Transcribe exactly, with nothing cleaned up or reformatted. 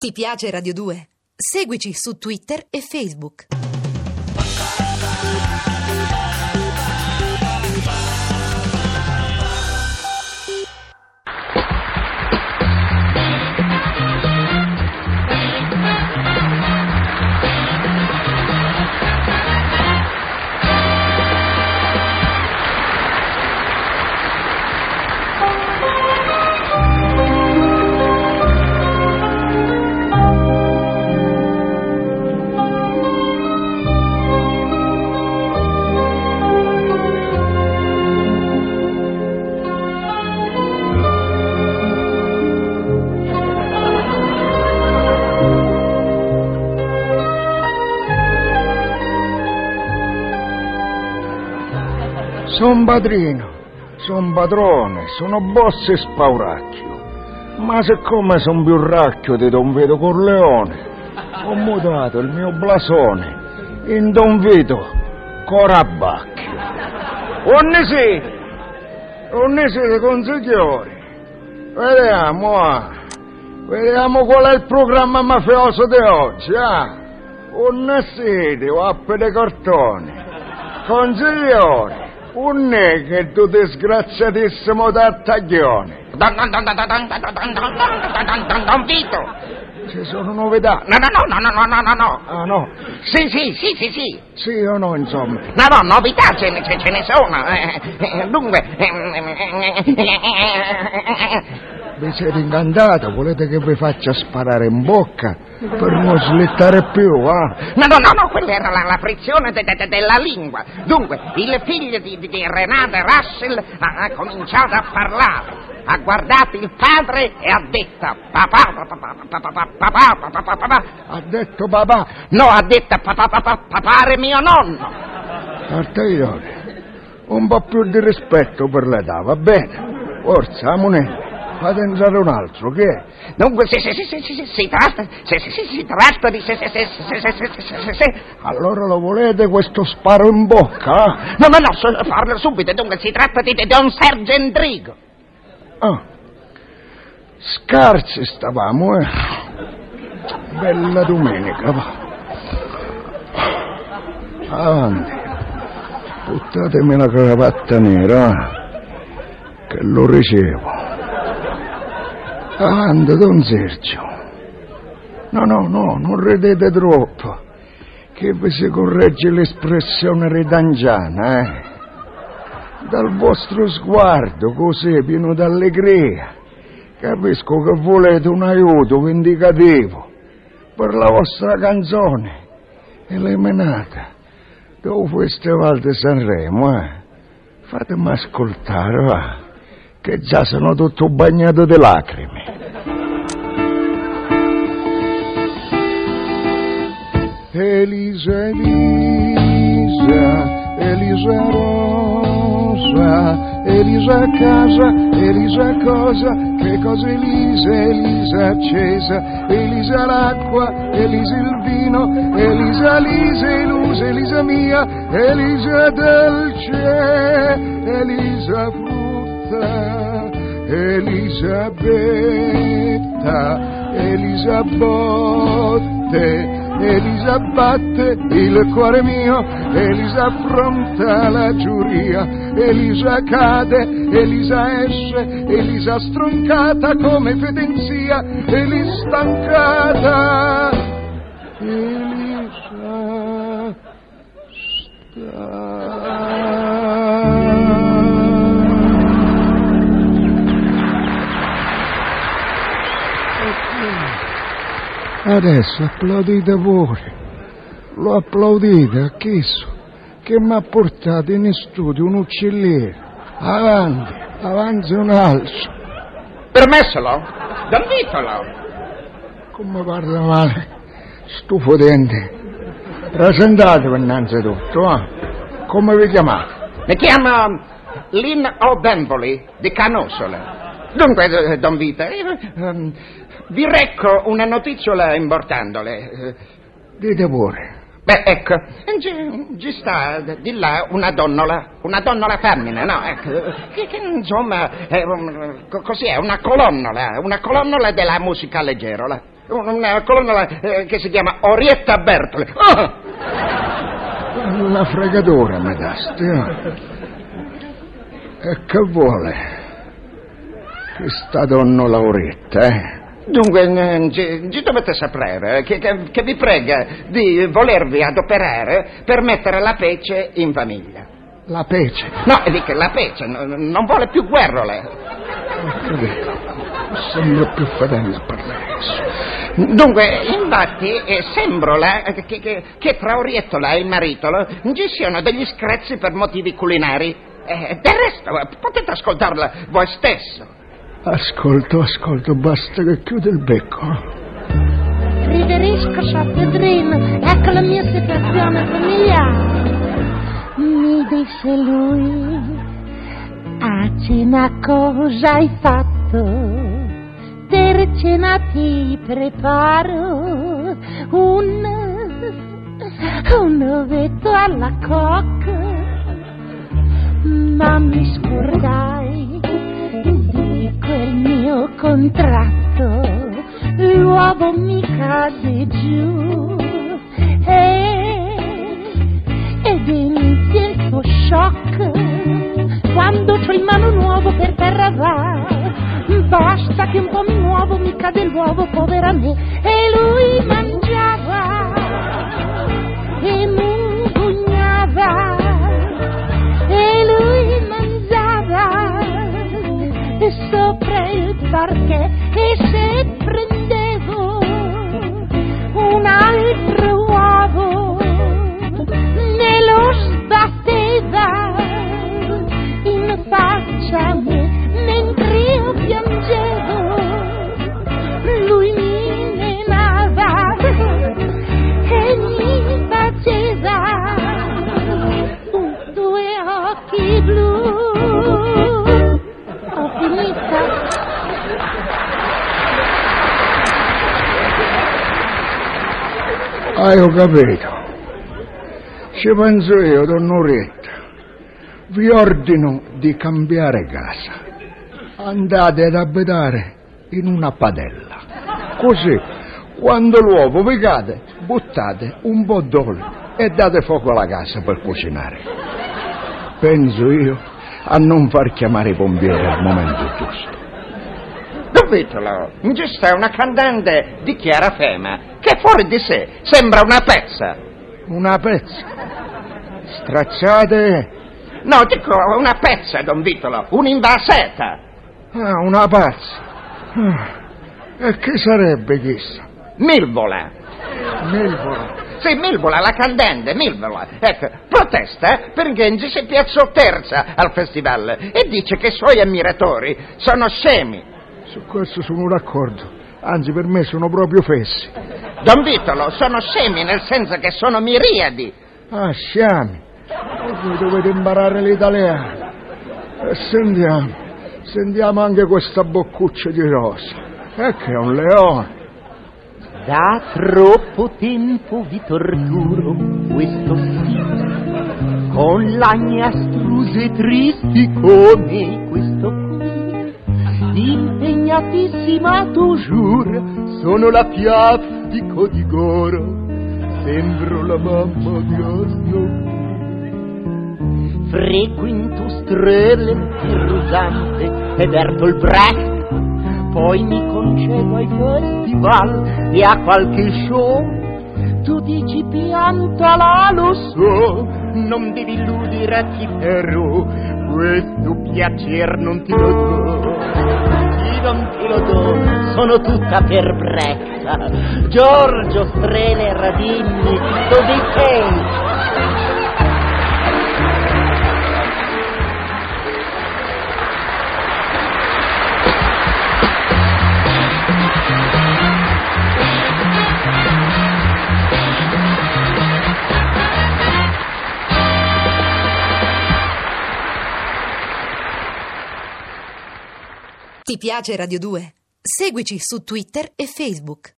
Ti piace Radio due? Seguici su Twitter e Facebook. Son padrino, son padrone, sono boss e spauracchio. Ma siccome son più racchio di Don Vito Corleone, ho mutato il mio blasone in Don Vito Corabacchio. Onne siete? Onne siete, consigliori? Vediamo, ah. Vediamo qual è il programma mafioso di oggi, ah. Onne siete, vappe di cartone. Consigliori, un ne che tu disgraziatissimo tattaglione. Don, don, don, don, don, don, don, don, don, don, don Vito. Ci sono novità? No, no, no, no, no, no, no, no. Ah, no? Sì, sì, sì, sì, sì. Sì o no, insomma? No, no, novità ce ne, ce, ce ne sono. Eh, eh, dunque... Vi siete incantato? Volete che vi faccia sparare in bocca per non slittare più, ah? No, no, no, no, quella era la, la frizione de, de, de, della lingua. Dunque, il figlio di, di, di Renate Russell ha, ha cominciato a parlare. Ha guardato il padre e ha detto papà, papà, papà, papà, papà, papà, papà. Ha detto papà? No, ha detto papà, papà, papà è mio nonno. Tartaglione, un po' più di rispetto per l'età, va bene? Forza, amone. Fate entrare un altro, che è? Dunque, se, se, se, se, se, si tratta, se, se, se, si tratta di se, se, se, se, se, se, se, se, se. Allora lo volete questo sparo in bocca? No, ma no, so, farlo subito, dunque si tratta di, di Don Sergio Endrigo. Ah, scarsi stavamo, eh. Bella domenica, va. Avanti, buttatemi la cravatta nera, che lo ricevo. Avanti, Don Sergio. No, no, no, non ridete troppo, che vi si corregge l'espressione redangiana, eh. Dal vostro sguardo, così, pieno d'allegria, capisco che volete un aiuto vendicativo per la vostra canzone eliminata dopo il Festival di Sanremo, eh. Fatemi ascoltare, va, che già sono tutto bagnato di lacrime. Elisa, Elisa, Elisa Rosa, Elisa casa, Elisa cosa, che cosa Elisa, Elisa accesa, Elisa l'acqua, Elisa il vino, Elisa Lisa, Elisa, Elisa mia, Elisa dolce, Elisa frutta, Elisabetta, Elisa botte, Elisa batte il cuore mio, Elisa affronta la giuria, Elisa cade, Elisa esce, Elisa stroncata come fedenzia, Elisa stancata, Elisa sta... Adesso applaudite pure, lo applaudite a chi so, che mi ha portato in studio un uccelliere. Avanti, avanti un altro. Permessolo? Don Vitolo? Come parla male, stufo dente. Presentatevi innanzitutto, eh? Come vi chiamate? Mi chiamo Lynn O'Denboli di Canosola. Dunque, Don Vito, um, vi recco una notiziola importandole. Dite pure. Beh, ecco, ci, ci sta di là una donnola, una donnola femmina, no? Ecco, che, che insomma, è un, così è, una colonnola, una colonnola della musica leggerola. una colonna eh, che si chiama Orietta Bertoli. Oh! La fregatura mi dasti, eh? E che vuole? Che sta donna Lauretta, eh? Dunque, ci, ci dovete sapere che, che, che vi prega di volervi adoperare per mettere la pece in famiglia. La pece? No, dico la pece, non, non vuole più guerrole. Ho capito, non sembra più fedele a parlare adesso. Dunque, infatti, eh, sembra che, che, che tra Oriettola e il marito ci siano degli screzi per motivi culinari. Eh, del resto, potete ascoltarla voi stesso. Ascolto, ascolto, basta che chiude il becco. Preferisco Chateaubriand, ecco la mia situazione familiare. Mi disse lui, a cena cosa hai fatto? Per cena ti preparo un, un ovetto alla coque, ma mi scordai di quel mio contratto, l'uovo mi cade giù e, ed inizia il tuo shock quando c'ho in mano un uovo per terra va. Basta che un po' mi muovo, mi cade l'uovo, povera me. E lui mangiava e mugugnava, e lui mangiava e sopra il parquet, e se prendevo un altro uovo me lo sbatteva in faccia a me. Mentre io piangevo, lui mi menava e mi faceva un, due occhi blu. Ho finito. Ah, ho capito. Ci penso io, donna Orietta. Vi ordino di cambiare casa. Andate ad abitare in una padella. Così, quando l'uovo vi cade, buttate un po' d'olio e date fuoco alla casa per cucinare. Penso io a non far chiamare i pompieri al momento giusto. Capitolo, ci sta una candente di chiara fema che fuori di sé sembra una pezza. Una pezza? Stracciate? No, dico una pezza, don Vitolo, un'invaseta. Ah, una pazza. Ah, e che sarebbe chissà? Milvola. Milvola? Sì, Milvola, la candente, Milvola. Ecco, protesta perché ci si piazzò terza al festival e dice che i suoi ammiratori sono scemi. Su questo sono d'accordo. Anzi, per me sono proprio fessi. Don Vitolo, sono scemi nel senso che sono miriadi. Ah, sciami. E voi dovete imparare l'italiano. E sentiamo. Sentiamo anche questa boccuccia di rosa. E che è un leone. Da troppo tempo vi torturo questo sì, con lagni astrusi e tristi come questo qui. Impegnatissima toujours, sono la Piaf di Codigoro, sembro la mamma di Asno. Frequento Strehler, il Rusante e Bertolt Brecht, poi mi concedo ai festival e a qualche show. Tu dici piantala, lo so, non devi illuderti però, questo piacer non te lo do. Sì, non te lo do, sono tutta per Brecht. Giorgio Strehler, dimmi, dove sei? Ti piace Radio due? Seguici su Twitter e Facebook.